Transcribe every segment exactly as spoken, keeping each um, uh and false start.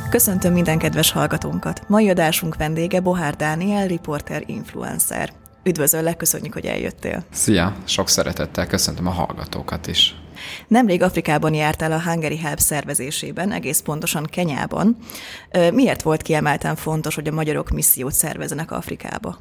Köszöntöm minden kedves hallgatónkat. Mai adásunk vendége Bohár Dániel, riporter, influencer. Üdvözöllek, köszönjük, hogy eljöttél. Szia, sok szeretettel köszöntöm a hallgatókat is. Nemrég Afrikában jártál a Hungary Help szervezésében, egész pontosan Kenyában. Miért volt kiemelten fontos, hogy a magyarok missziót szervezzenek Afrikába?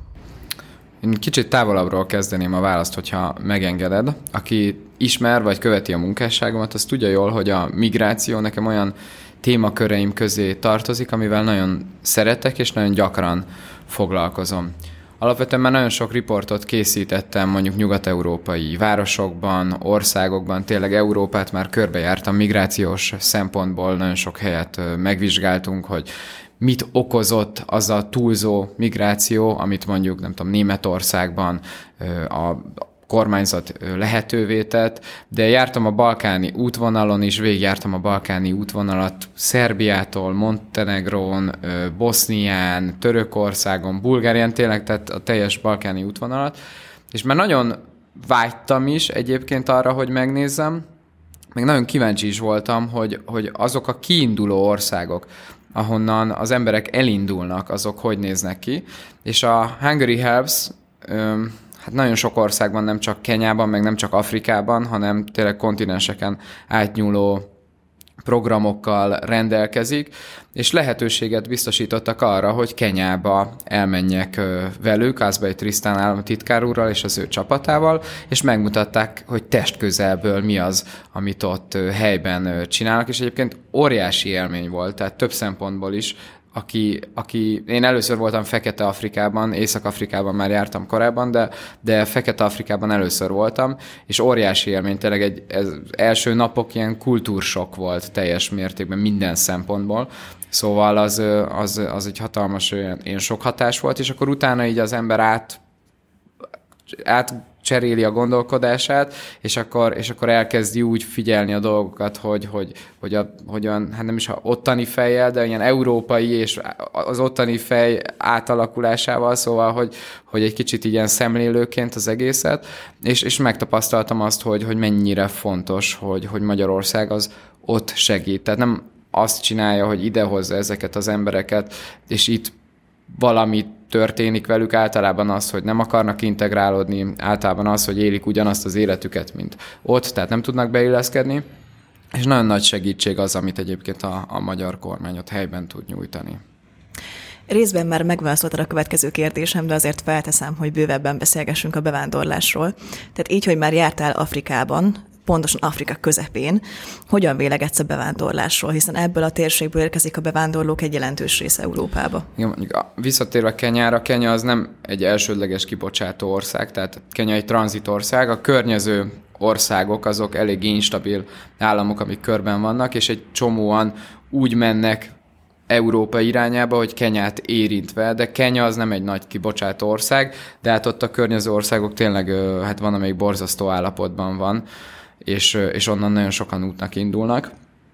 Én kicsit távolabbról kezdeném a választ, hogyha megengeded. Aki ismer vagy követi a munkásságomat, az tudja jól, hogy a migráció nekem olyan témaköreim közé tartozik, amivel nagyon szeretek és nagyon gyakran foglalkozom. Alapvetően már nagyon sok riportot készítettem mondjuk nyugat-európai városokban, országokban, tényleg Európát már körbejártam migrációs szempontból, nagyon sok helyet megvizsgáltunk, hogy mit okozott az a túlzó migráció, amit mondjuk, nem tudom, Németországban a kormányzat lehetővé tett, de jártam a balkáni útvonalon is, végigjártam a balkáni útvonalat Szerbiától, Montenegrón, Bosznián, Törökországon, Bulgárián, tényleg, tehát a teljes balkáni útvonalat, és már nagyon vágytam is egyébként arra, hogy megnézzem, meg nagyon kíváncsi is voltam, hogy, hogy azok a kiinduló országok, ahonnan az emberek elindulnak, azok hogy néznek ki, és a Hungary Helps hát nagyon sok országban, nem csak Kenyában, meg nem csak Afrikában, hanem tényleg kontinenseken átnyúló programokkal rendelkezik, és lehetőséget biztosítottak arra, hogy Kenyába elmenjek velük, Ázbai Trisztán államtitkár úrral és az ő csapatával, és megmutatták, hogy testközelből mi az, amit ott helyben csinálnak, és egyébként óriási élmény volt, tehát több szempontból is, Aki, aki, én először voltam Fekete-Afrikában, Észak-Afrikában már jártam korábban, de, de Fekete-Afrikában először voltam, és óriási élmény, tényleg egy ez, első napok ilyen kultúrsok volt teljes mértékben minden szempontból, szóval az, az, az egy hatalmas ilyen sok hatás volt, és akkor utána így az ember át, át cseréli a gondolkodását, és akkor, és akkor elkezdi úgy figyelni a dolgokat, hogy, hogy, hogy, a, hogy olyan, hát nem is a ottani fejjel, de ilyen európai és az ottani fej átalakulásával, szóval, hogy, hogy egy kicsit ilyen szemlélőként az egészet, és, és megtapasztaltam azt, hogy, hogy mennyire fontos, hogy, hogy Magyarország az ott segít. Tehát nem azt csinálja, hogy idehozza ezeket az embereket, és itt valamit történik velük, általában az, hogy nem akarnak integrálódni, általában az, hogy élik ugyanazt az életüket, mint ott, tehát nem tudnak beilleszkedni, és nagyon nagy segítség az, amit egyébként a, a magyar kormány ott helyben tud nyújtani. Részben már megválaszoltad a következő kérdésem, de azért felteszem, hogy bővebben beszélgessünk a bevándorlásról. Tehát így, hogy már jártál Afrikában, pontosan Afrika közepén, hogyan vélekedsz a bevándorlásról, hiszen ebből a térségből érkezik a bevándorlók egy jelentős része Európába. Igen, mondjuk visszatérve Kenyára, Kenya az nem egy elsődleges kibocsátó ország, tehát Kenya egy tranzitország, a környező országok azok elég instabil államok, amik körben vannak, és egy csomóan úgy mennek Európa irányába, hogy Kenyát érintve, de Kenya az nem egy nagy kibocsátó ország, de hát ott a környező országok tényleg, hát van, amelyik borzasztó állapotban van, és, és onnan nagyon sokan útnak indulnak.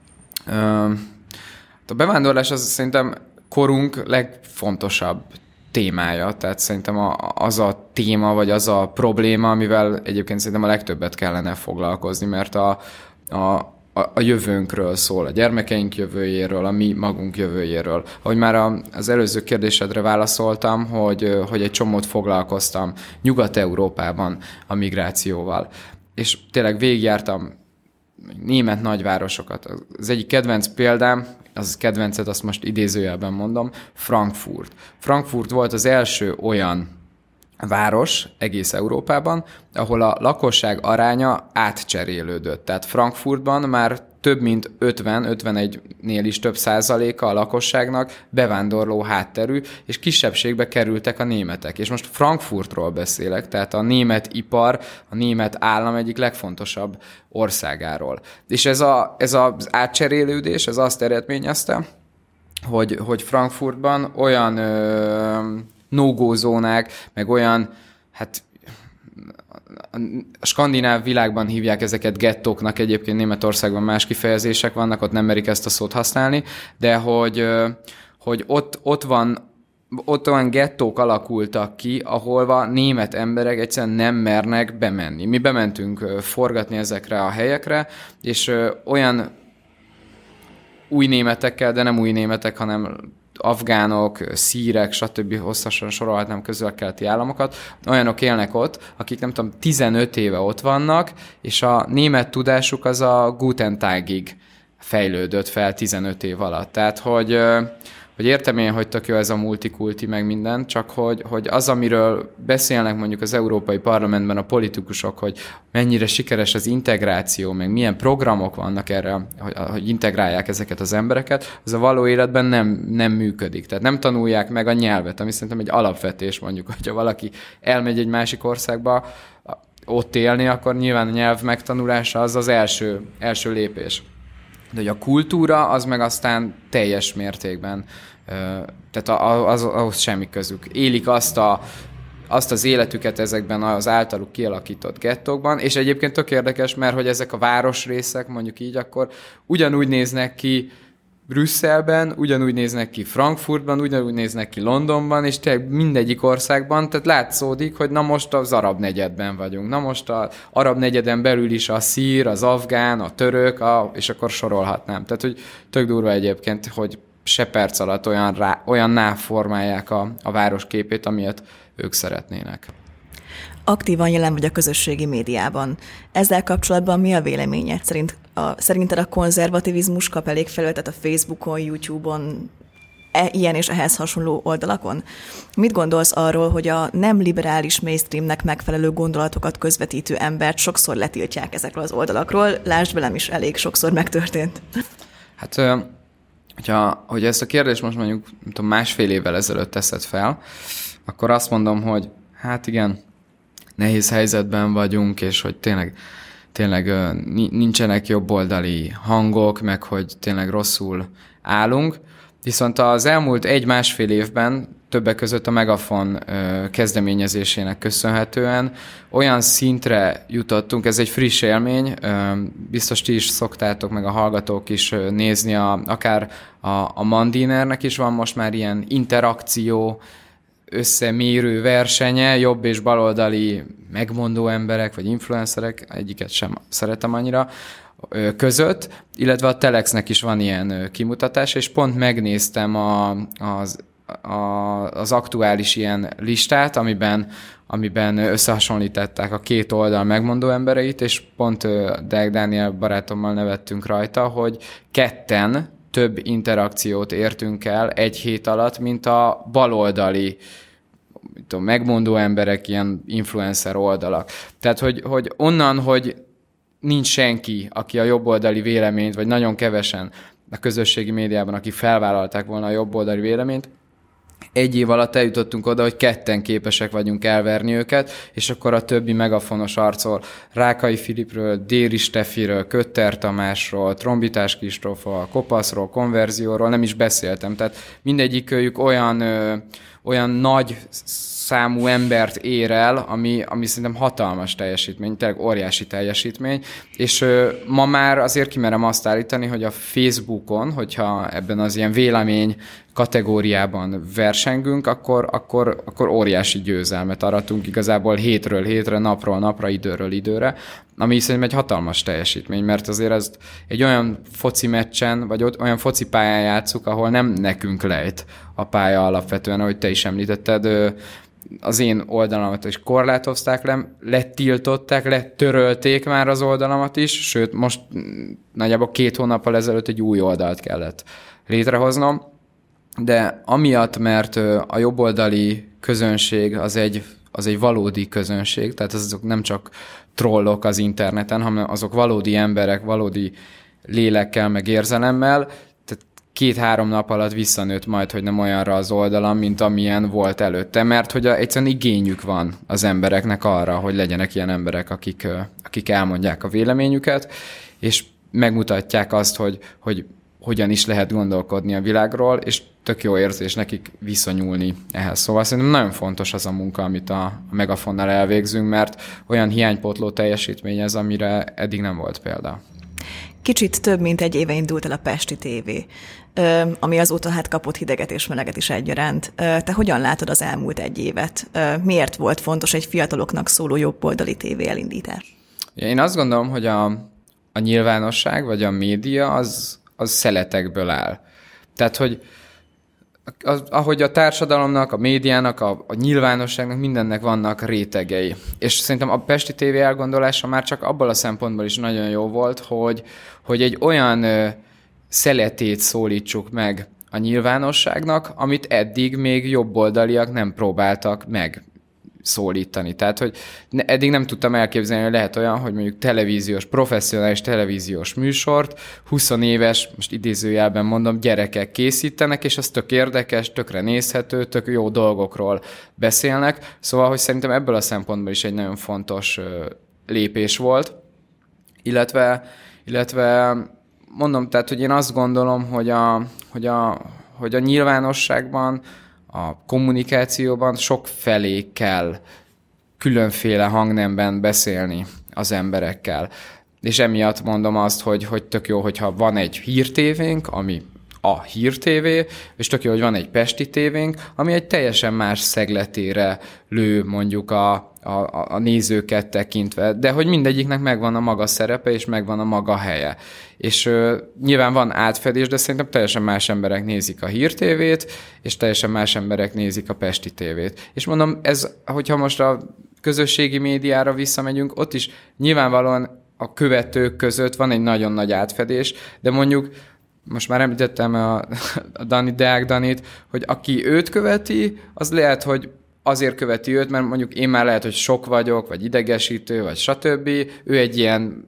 A bevándorlás az szerintem korunk legfontosabb témája, tehát szerintem az a téma, vagy az a probléma, amivel egyébként szerintem a legtöbbet kellene foglalkozni, mert a, a a jövőnkről szól, a gyermekeink jövőjéről, a mi magunk jövőjéről. Ahogy már az előző kérdésedre válaszoltam, hogy, hogy egy csomót foglalkoztam Nyugat-Európában a migrációval. És tényleg végigjártam német nagyvárosokat. Az egyik kedvenc példám, az kedvencet, azt most idézőjelben mondom, Frankfurt. Frankfurt volt az első olyan város egész Európában, ahol a lakosság aránya átcserélődött. Tehát Frankfurtban már több mint ötven-ötvenegynél is több százaléka a lakosságnak bevándorló hátterű, és kisebbségbe kerültek a németek. És most Frankfurtról beszélek, tehát a német ipar, a német állam egyik legfontosabb országáról. És ez, a, ez az átcserélődés, ez azt eredményezte, hogy, hogy Frankfurtban olyan ö, no-go zónák, meg olyan, hát a skandináv világban hívják ezeket gettóknak, egyébként Németországban más kifejezések vannak, ott nem merik ezt a szót használni, de hogy, hogy ott, ott van, ott olyan gettók alakultak ki, ahol német emberek egyszerűen nem mernek bemenni. Mi bementünk forgatni ezekre a helyekre, és olyan új németekkel, de nem új németek, hanem afgánok, szírek, stb. Hosszasan sorolhatnám közel-keleti államokat, olyanok élnek ott, akik nem tudom, tizenöt éve ott vannak, és a német tudásuk az a Guten Tagig fejlődött fel tizenöt év alatt. Tehát, hogy, hogy értem én, hogy tök jó ez a multikulti meg minden, csak hogy, hogy az, amiről beszélnek mondjuk az Európai Parlamentben a politikusok, hogy mennyire sikeres az integráció, meg milyen programok vannak erre, hogy, hogy integrálják ezeket az embereket, az a való életben nem, nem működik. Tehát nem tanulják meg a nyelvet, ami szerintem egy alapvetés mondjuk, hogyha valaki elmegy egy másik országba ott élni, akkor nyilván a nyelv megtanulása az az első, első lépés. De hogy a kultúra, az meg aztán teljes mértékben, tehát az, ahhoz semmi közük. Élik azt, a, azt az életüket ezekben az általuk kialakított gettókban, és egyébként tök érdekes, mert hogy ezek a városrészek, mondjuk így, akkor ugyanúgy néznek ki Brüsszelben, ugyanúgy néznek ki Frankfurtban, ugyanúgy néznek ki Londonban, és tényleg mindegyik országban, tehát látszódik, hogy na most az arab negyedben vagyunk, na most az arab negyeden belül is a szír, az afgán, a török, a, és akkor sorolhatnám. Tehát, hogy tök durva egyébként, hogy se perc alatt olyan, rá, olyan návformálják a, a város képét, amilyet ők szeretnének. Aktívan jelen vagy a közösségi médiában. Ezzel kapcsolatban mi a véleményed? Szerint a, szerinted a konzervativizmus kap elég felületet a Facebookon, YouTube-on, e, ilyen és ehhez hasonló oldalakon? Mit gondolsz arról, hogy a nem liberális mainstreamnek megfelelő gondolatokat közvetítő embert sokszor letiltják ezekről az oldalakról? Lásd, velem is elég sokszor megtörtént. Hát, hogyha, hogy ezt a kérdést most mondjuk tudom, másfél évvel ezelőtt teszed fel, akkor azt mondom, hogy hát igen, nehéz helyzetben vagyunk, és hogy tényleg, tényleg nincsenek jobboldali hangok, meg hogy tényleg rosszul állunk. Viszont az elmúlt egy-másfél évben többek között a Megafon kezdeményezésének köszönhetően olyan szintre jutottunk, ez egy friss élmény, biztos ti is szoktátok, meg a hallgatók is nézni, a, akár a, a Mandinernek is van most már ilyen interakció, összemérő versenye, jobb és baloldali megmondó emberek, vagy influencerek, egyiket sem szeretem annyira, között, illetve a Telexnek is van ilyen kimutatás, és pont megnéztem a, az, a, az aktuális ilyen listát, amiben, amiben összehasonlították a két oldal megmondó embereit, és pont Deák Dániel barátommal nevettünk rajta, hogy ketten több interakciót értünk el egy hét alatt, mint a baloldali tudom, megmondó emberek, ilyen influencer oldalak. Tehát, hogy, hogy onnan, hogy nincs senki, aki a jobboldali véleményt, vagy nagyon kevesen a közösségi médiában, akik felvállalták volna a jobboldali véleményt, egy év alatt eljutottunk oda, hogy ketten képesek vagyunk elverni őket, és akkor a többi megafonos arcról, Rákai Filipről, Déri Stefiről, Kötter Tamásról, Trombitás Kristófról, Kopaszról, Konverzióról nem is beszéltem. Tehát mindegyikőjük olyan, ö, olyan nagy számú embert ér el, ami, ami szerintem hatalmas teljesítmény, tényleg óriási teljesítmény, és ö, ma már azért kimerem azt állítani, hogy a Facebookon, hogyha ebben az ilyen vélemény kategóriában versengünk, akkor, akkor, akkor óriási győzelmet aratunk igazából hétről hétre, napról napra, időről időre, ami szerintem egy hatalmas teljesítmény, mert azért ezt egy olyan foci meccsen, vagy ott olyan foci pályán játszuk, ahol nem nekünk lejt a pálya alapvetően, ahogy te is említetted, az én oldalamat is korlátozták le, letiltották, letörölték már az oldalamat is, sőt, most nagyjából két hónappal ezelőtt egy új oldalt kellett létrehoznom, de amiatt, mert a jobboldali közönség az egy, az egy valódi közönség, tehát azok nem csak trollok az interneten, hanem azok valódi emberek, valódi lélekkel, meg érzelemmel, tehát két-három nap alatt visszanőtt majd, hogy nem olyanra az oldalam, mint amilyen volt előtte, mert hogy egyszerűen igényük van az embereknek arra, hogy legyenek ilyen emberek, akik, akik elmondják a véleményüket, és megmutatják azt, hogy, hogy hogyan is lehet gondolkodni a világról, és tök jó érzés nekik viszonyulni ehhez. Szóval szerintem nagyon fontos az a munka, amit a Megafonnal elvégzünk, mert olyan hiánypótló teljesítmény ez, amire eddig nem volt példa. Kicsit több mint egy éve indult el a Pesti té vé, ami azóta hát kapott hideget és meleget is egyaránt. Te hogyan látod az elmúlt egy évet? Miért volt fontos egy fiataloknak szóló jobboldali tévé elindítás? Én azt gondolom, hogy a, a nyilvánosság vagy a média az az szeletekből áll. Tehát, hogy az, ahogy a társadalomnak, a médiának, a, a nyilvánosságnak, mindennek vannak rétegei. És szerintem a Pesti té vé elgondolása már csak abból a szempontból is nagyon jó volt, hogy, hogy egy olyan ö, szeletét szólítsuk meg a nyilvánosságnak, amit eddig még jobboldaliak nem próbáltak meg szólítani. Tehát, hogy ne, eddig nem tudtam elképzelni, hogy lehet olyan, hogy mondjuk televíziós, professzionális televíziós műsort húsz éves, most idézőjelben mondom, gyerekek készítenek, és az tök érdekes, tökre nézhető, tök jó dolgokról beszélnek. Szóval, hogy szerintem ebből a szempontból is egy nagyon fontos ö, lépés volt. Illetve, illetve mondom, tehát, hogy én azt gondolom, hogy a, hogy a, hogy a nyilvánosságban, a kommunikációban sok felé kell különféle hangnemben beszélni az emberekkel. És emiatt mondom azt, hogy, hogy tök jó, hogyha van egy hírtévénk, ami a hírtévé, és tök jó, hogy van egy pesti tévénk, ami egy teljesen más szegletére lő mondjuk a, a, a nézőket tekintve, de hogy mindegyiknek megvan a maga szerepe, és megvan a maga helye. És uh, nyilván van átfedés, de szerintem teljesen más emberek nézik a hírtévét, és teljesen más emberek nézik a pesti tévét. És mondom, ez, hogyha most a közösségi médiára visszamegyünk, ott is nyilvánvalóan a követők között van egy nagyon nagy átfedés, de mondjuk most már említettem a, a Dani, Deák Danit, hogy aki őt követi, az lehet, hogy azért követi őt, mert mondjuk én már lehet, hogy sok vagyok, vagy idegesítő, vagy stb. Ő egy ilyen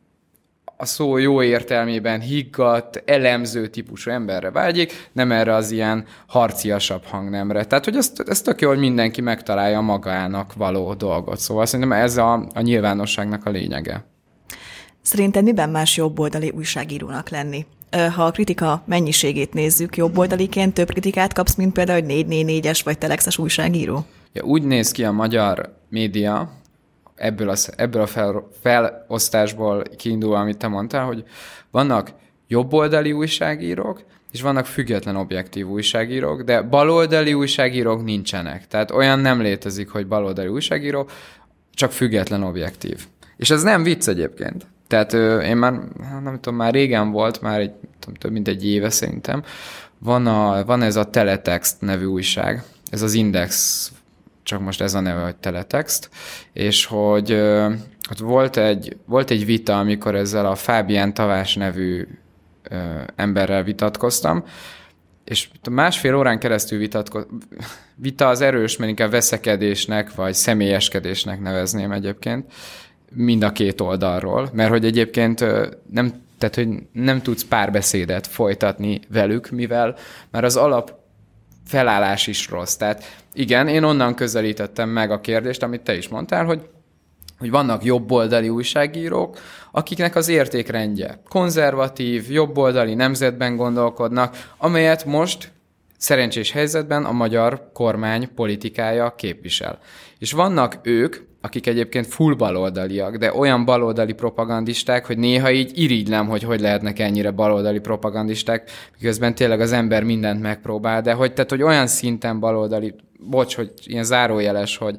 a szó jó értelmében higgadt, elemző típusú emberre vágyik, nem erre az ilyen harciasabb hangnemre. Tehát, hogy ez, ez tök jó, hogy mindenki megtalálja magának való dolgot. Szóval szerintem ez a, a nyilvánosságnak a lényege. Szerinted miben más jobboldali újságírónak lenni? Ha a kritika mennyiségét nézzük, jobboldaliként több kritikát kapsz, mint például egy négy négy négyes vagy telexes újságíró? Ja, úgy néz ki a magyar média, ebből a, ebből a fel, felosztásból kiindulva, amit te mondtál, hogy vannak jobboldali újságírók, és vannak független objektív újságírók, de baloldali újságírók nincsenek. Tehát olyan nem létezik, hogy baloldali újságíró, csak független objektív. És ez nem vicc egyébként. Tehát én már, nem tudom, már régen volt, már egy, tudom, több mint egy éve szerintem, van, a, van ez a Teletext nevű újság, ez az Index, csak most ez a neve, hogy Teletext, és hogy ott volt egy, volt egy vita, amikor ezzel a Fábián Tavás nevű ö, emberrel vitatkoztam, és másfél órán keresztül vitatkoztam. Vita az erős, mert inkább veszekedésnek, vagy személyeskedésnek nevezném egyébként, mind a két oldalról, mert hogy egyébként nem, tehát, hogy nem tudsz párbeszédet folytatni velük, mivel már az alap felállás is rossz. Tehát igen, én onnan közelítettem meg a kérdést, amit te is mondtál, hogy, hogy vannak jobboldali újságírók, akiknek az értékrendje konzervatív, jobboldali nemzetben gondolkodnak, amelyet most szerencsés helyzetben a magyar kormány politikája képvisel. És vannak ők, akik egyébként full baloldaliak, de olyan baloldali propagandisták, hogy néha így irigylem, hogy hogy lehetnek ennyire baloldali propagandisták, miközben tényleg az ember mindent megpróbál, de hogy, tehát, hogy olyan szinten baloldali, bocs, hogy ilyen zárójeles, hogy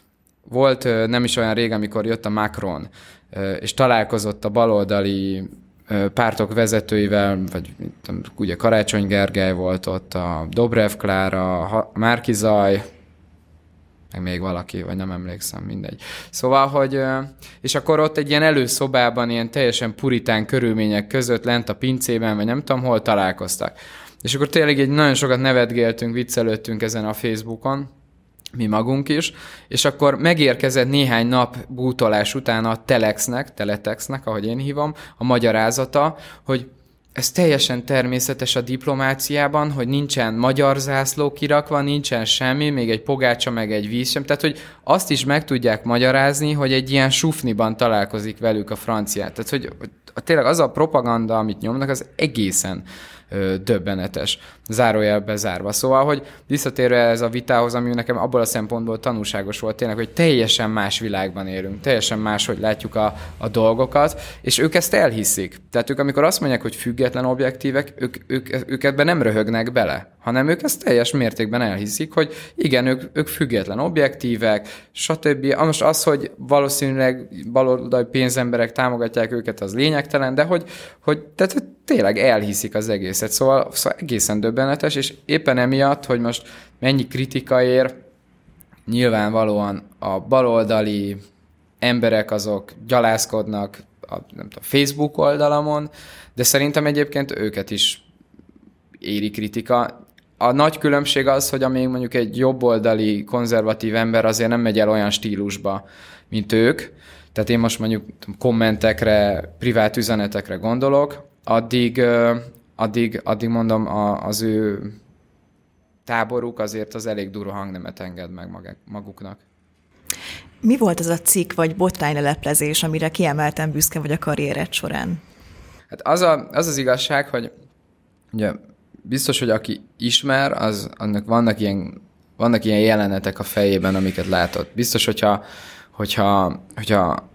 volt nem is olyan rég, amikor jött a Macron, és találkozott a baloldali pártok vezetőivel, vagy tudom, ugye Karácsony Gergely volt ott, a Dobrev Klára, a Márki Zaj, meg még valaki, vagy nem emlékszem, mindegy. Szóval, hogy, és akkor ott egy ilyen előszobában, ilyen teljesen puritán körülmények között, lent a pincében, vagy nem tudom, hol találkoztak. És akkor tényleg egy nagyon sokat nevetgéltünk, viccelődtünk ezen a Facebookon, mi magunk is, és akkor megérkezett néhány nap bútolás után a Telexnek, Teletexnek, ahogy én hívom, a magyarázata, hogy ez teljesen természetes a diplomáciában, hogy nincsen magyar zászló kirakva, nincsen semmi, még egy pogácsa, meg egy víz sem. Tehát, hogy azt is meg tudják magyarázni, hogy egy ilyen sufniban találkozik velük a franciát. Tehát, hogy tényleg az a propaganda, amit nyomnak, az egészen ö, döbbenetes. Zárójelbe zárva. Szóval, hogy visszatérve ez a vitához, ami nekem abból a szempontból tanulságos volt tényleg, hogy teljesen más világban élünk, teljesen máshogy látjuk a, a dolgokat, és ők ezt elhiszik. Tehát ők, amikor azt mondják, hogy független objektívek, ők, ők, ők ebben nem röhögnek bele, hanem ők ezt teljes mértékben elhiszik, hogy igen, ők, ők független objektívek, stb. Most az, hogy valószínűleg baloldali pénzemberek támogatják őket, az lényegtelen, de hogy, hogy, tehát, hogy tényleg elhiszik az egészet. Szóval, szóval egészen döbbenetes, és éppen emiatt, hogy most mennyi kritika ér, nyilvánvalóan a baloldali emberek azok gyalázkodnak a nem tudom, Facebook oldalamon, de szerintem egyébként őket is éri kritika. A nagy különbség az, hogy amíg mondjuk egy jobboldali, konzervatív ember azért nem megy el olyan stílusba, mint ők, tehát én most mondjuk kommentekre, privát üzenetekre gondolok, addig, addig, addig mondom az ő táboruk azért az elég durva hangnemet enged meg maguknak. Mi volt az a cikk vagy botrányleleplezés, amire kiemelten büszke vagy a karriered során? Hát az, a, az az igazság, hogy ugye biztos, hogy aki ismer, az, annak vannak ilyen, vannak ilyen jelenetek a fejében, amiket látott. Biztos, hogyha, hogyha, hogyha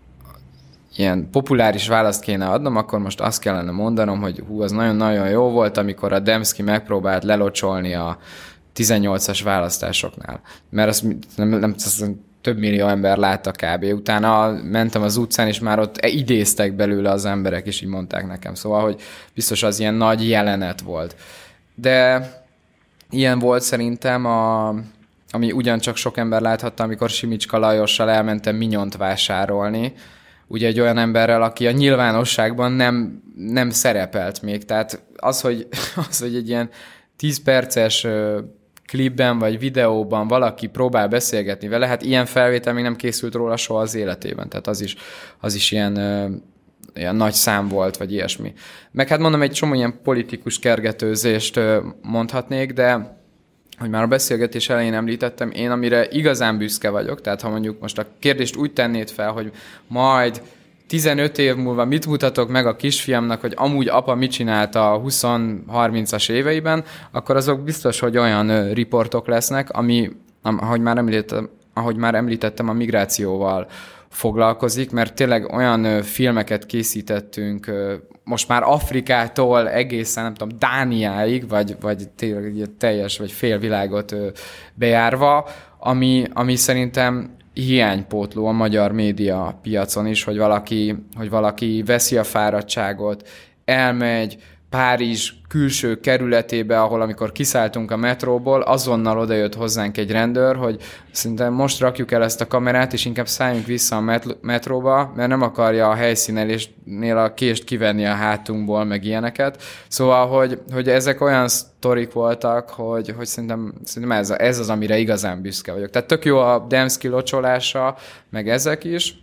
ilyen populáris választ kéne adnom, akkor most azt kellene mondanom, hogy hú, az nagyon-nagyon jó volt, amikor a Demszky megpróbált lelocsolni a tizennyolcas választásoknál. Mert azt nem, nem, azt több millió ember látta kb. Utána mentem az utcán, és már ott idéztek belőle az emberek, és így mondták nekem. Szóval, hogy biztos az ilyen nagy jelenet volt. De ilyen volt szerintem, a, ami ugyancsak sok ember láthatta, amikor Simicska Lajossal elmentem Minyont vásárolni, ugye egy olyan emberrel, aki a nyilvánosságban nem, nem szerepelt még. Tehát az, hogy, az, hogy egy ilyen tíz perces klipben vagy videóban valaki próbál beszélgetni vele, hát ilyen felvétel még nem készült róla soha az életében. Tehát az is, az is ilyen, ilyen nagy szám volt, vagy ilyesmi. Meg hát mondom, egy csomó ilyen politikus kergetőzést mondhatnék, de hogy már a beszélgetés elején említettem, én amire igazán büszke vagyok, tehát ha mondjuk most a kérdést úgy tennéd fel, hogy majd tizenöt év múlva mit mutatok meg a kisfiamnak, hogy amúgy apa mit csinált a húsz-harmincas éveiben, akkor azok biztos, hogy olyan riportok lesznek, ami, ahogy már említettem, ahogy már említettem, a migrációval foglalkozik, mert tényleg olyan filmeket készítettünk, most már Afrikától egészen, nem tudom, Dániáig, vagy, vagy tényleg teljes, vagy fél világot bejárva, ami, ami szerintem hiánypótló a magyar média piacon is, hogy valaki, hogy valaki veszi a fáradtságot, elmegy Párizs külső kerületébe, ahol amikor kiszálltunk a metróból, azonnal odajött hozzánk egy rendőr, hogy szerintem most rakjuk el ezt a kamerát, és inkább szálljunk vissza a metróba, mert nem akarja a helyszínelésnél a kést kivenni a hátunkból, meg ilyeneket. Szóval, hogy, hogy ezek olyan sztorik voltak, hogy, hogy szerintem, szerintem ez, ez az, amire igazán büszke vagyok. Tehát tök jó a Demszky locsolása, meg ezek is,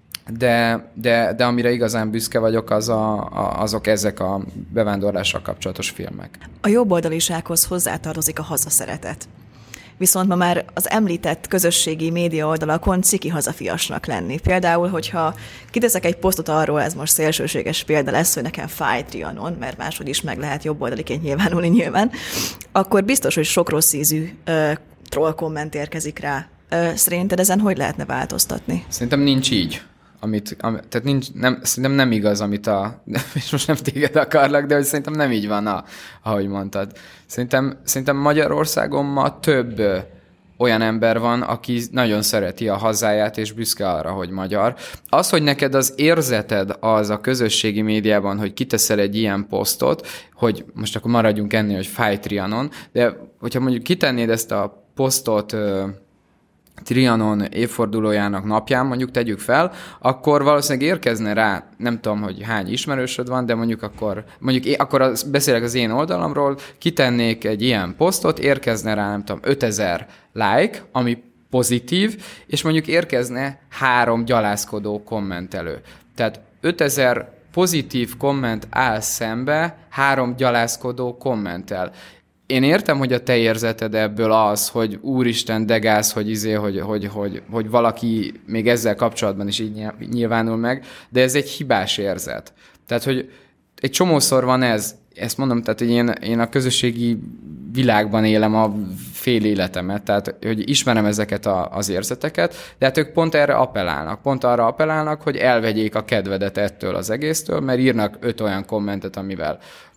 De, de, de amire igazán büszke vagyok, az a, a, azok ezek a bevándorlással kapcsolatos filmek. A jobboldalisághoz hozzátartozik a hazaszeretet. Viszont ma már az említett közösségi média oldalakon ciki hazafiasnak lenni. Például, hogyha kiteszek egy posztot arról, ez most szélsőséges példa lesz, hogy nekem fáj Trianon, mert máshogy is meg lehet jobboldaliként nyilvánulni nyilván, akkor biztos, hogy sok rossz ízű uh, troll komment érkezik rá. Uh, szerinted ezen hogy lehetne változtatni? Szerintem nincs így. Amit, ami, tehát nincs, nem, szerintem nem igaz, amit a, és most nem téged akarlak, de hogy szerintem nem így van, a, ahogy mondtad. Szerintem, szerintem Magyarországon ma több ö, olyan ember van, aki nagyon szereti a hazáját, és büszke arra, hogy magyar. Az, hogy neked az érzeted az a közösségi médiában, hogy kiteszel egy ilyen posztot, hogy most akkor maradjunk ennél, hogy fáj Trianon, de hogyha mondjuk kitennéd ezt a posztot ö, Trianon évfordulójának napján, mondjuk tegyük fel, akkor valószínűleg érkezne rá, nem tudom, hogy hány ismerősöd van, de mondjuk akkor, mondjuk én, akkor az, beszélek az én oldalamról, kitennék egy ilyen posztot, érkezne rá, nem tudom, ötezer like, ami pozitív, és mondjuk érkezne három gyalázkodó kommentelő. Tehát ötezer pozitív komment áll szembe három gyalázkodó kommentel. Én értem, hogy a te érzeted ebből az, hogy úristen, de gáz, hogy, izé, hogy, hogy, hogy, hogy valaki még ezzel kapcsolatban is így nyilvánul meg, de ez egy hibás érzet. Tehát, hogy egy csomószor van ez, ezt mondom, tehát, hogy én, én a közösségi világban élem a fél életemet, tehát, hogy ismerem ezeket a, az érzeteket, de hát ők pont erre appellálnak, pont arra appellálnak, hogy elvegyék a kedvedet ettől az egésztől, mert írnak öt olyan kommentet, amivel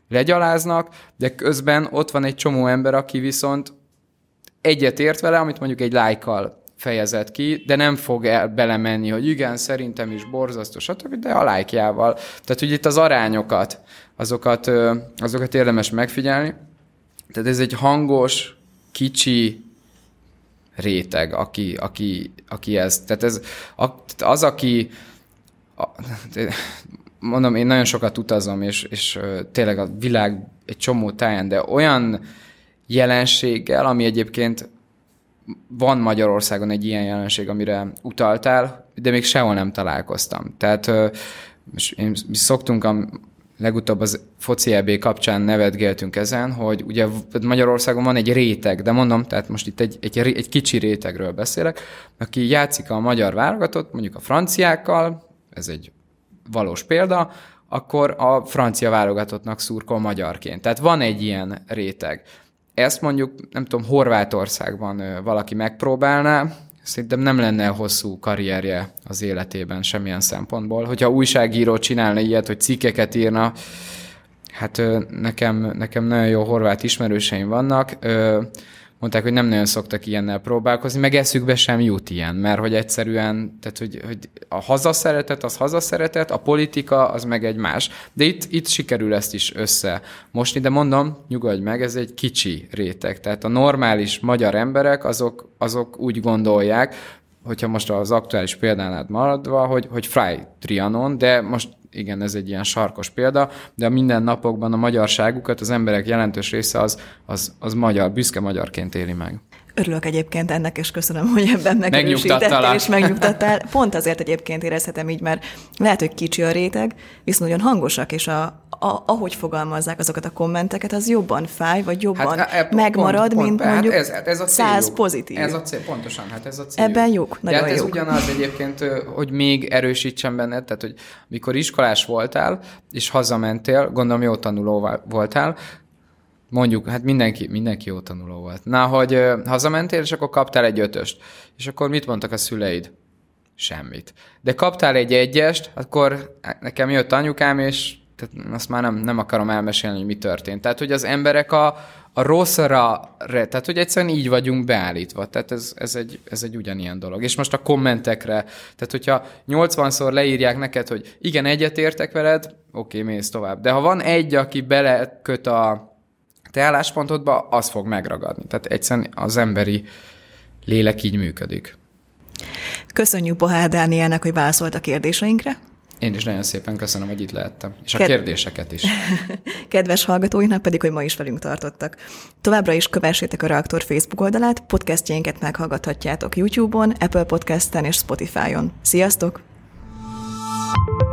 legyaláznak, de közben ott van egy csomó ember, aki viszont egyet ért vele, amit mondjuk egy lájkkal fejezett ki, de nem fog el belemenni, hogy igen, szerintem is borzasztó, stb., de a lájkjával. Tehát, hogy itt az arányokat, azokat, azokat érdemes megfigyelni. Tehát ez egy hangos, kicsi réteg, aki, aki, aki ez. Tehát ez az, aki mondom, én nagyon sokat utazom, és, és tényleg a világ egy csomó táján, de olyan jelenséggel, ami egyébként van Magyarországon egy ilyen jelenség, amire utaltál, de még sehol nem találkoztam. Tehát én, mi szoktunk, a, legutóbb az foci é bé kapcsán nevetgéltünk ezen, hogy ugye Magyarországon van egy réteg, de mondom, tehát most itt egy, egy, egy kicsi rétegről beszélek, aki játszik a magyar válogatott, mondjuk a franciákkal, ez egy valós példa, akkor a francia válogatottnak szurkol magyarként. Tehát van egy ilyen réteg. Ezt mondjuk, nem tudom, Horvátországban valaki megpróbálná, szerintem nem lenne hosszú karrierje az életében semmilyen szempontból. Hogyha újságíró csinálna ilyet, hogy cikkeket írna, hát nekem, nekem nagyon jó horvát ismerőseim vannak, mondták, hogy nem nagyon szoktak ilyennel próbálkozni, meg eszükbe sem jut ilyen, mert hogy egyszerűen, tehát hogy, hogy a hazaszeretet az hazaszeretet, a politika az meg egy más. De itt, itt sikerül ezt is össze mosni, de mondom, nyugodj meg, ez egy kicsi réteg. Tehát a normális magyar emberek azok, azok úgy gondolják, hogyha most az aktuális példánál maradva, hogy, hogy Fry Trianon, de most igen, ez egy ilyen sarkos példa, de a mindennapokban a magyarságukat az emberek jelentős része az, az, az magyar, büszke magyarként éli meg. Örülök egyébként ennek, és köszönöm, hogy ebben megerősítettél, és megnyugtattál. Pont azért egyébként érezhetem így, mert lehet, hogy kicsi a réteg, viszont nagyon hangosak, és a, a, ahogy fogalmazzák azokat a kommenteket, az jobban fáj, vagy jobban hát, e, megmarad, pont, mint pont, mondjuk hát ez, ez a száz pozitív. Ez a cél, pontosan, hát ez a céljuk. Ebben lyuk, nagyon hát ez lyuk. Ugyanaz egyébként, hogy még erősítsen benned, tehát, hogy mikor iskolás voltál, és hazamentél, gondolom jó tanuló voltál, mondjuk, hát mindenki, mindenki jó tanuló volt. Na, hogy ö, hazamentél, és akkor kaptál egy ötöst. És akkor mit mondtak a szüleid? Semmit. De kaptál egy egyest, akkor nekem jött anyukám, és tehát azt már nem, nem akarom elmesélni, hogy mi történt. Tehát, hogy az emberek a, a rosszra, tehát, hogy egyszerűen így vagyunk beállítva. Tehát ez, ez, egy, ez egy ugyanilyen dolog. És most a kommentekre, tehát hogyha nyolcvanszor leírják neked, hogy igen, egyetértek veled, oké, mész tovább. De ha van egy, aki beleköt a te álláspontodba, az fog megragadni. Tehát egyszerűen az emberi lélek így működik. Köszönjük Bohár Dánielnek, hogy válaszolt a kérdéseinkre. Én is nagyon szépen köszönöm, hogy itt lehettem. És a Ked- kérdéseket is. Kedves hallgatóinknak pedig, hogy ma is velünk tartottak. Továbbra is kövessétek a Reaktor Facebook oldalát, podcastjainket meghallgathatjátok YouTube-on, Apple Podcasten és Spotify-on. Sziasztok!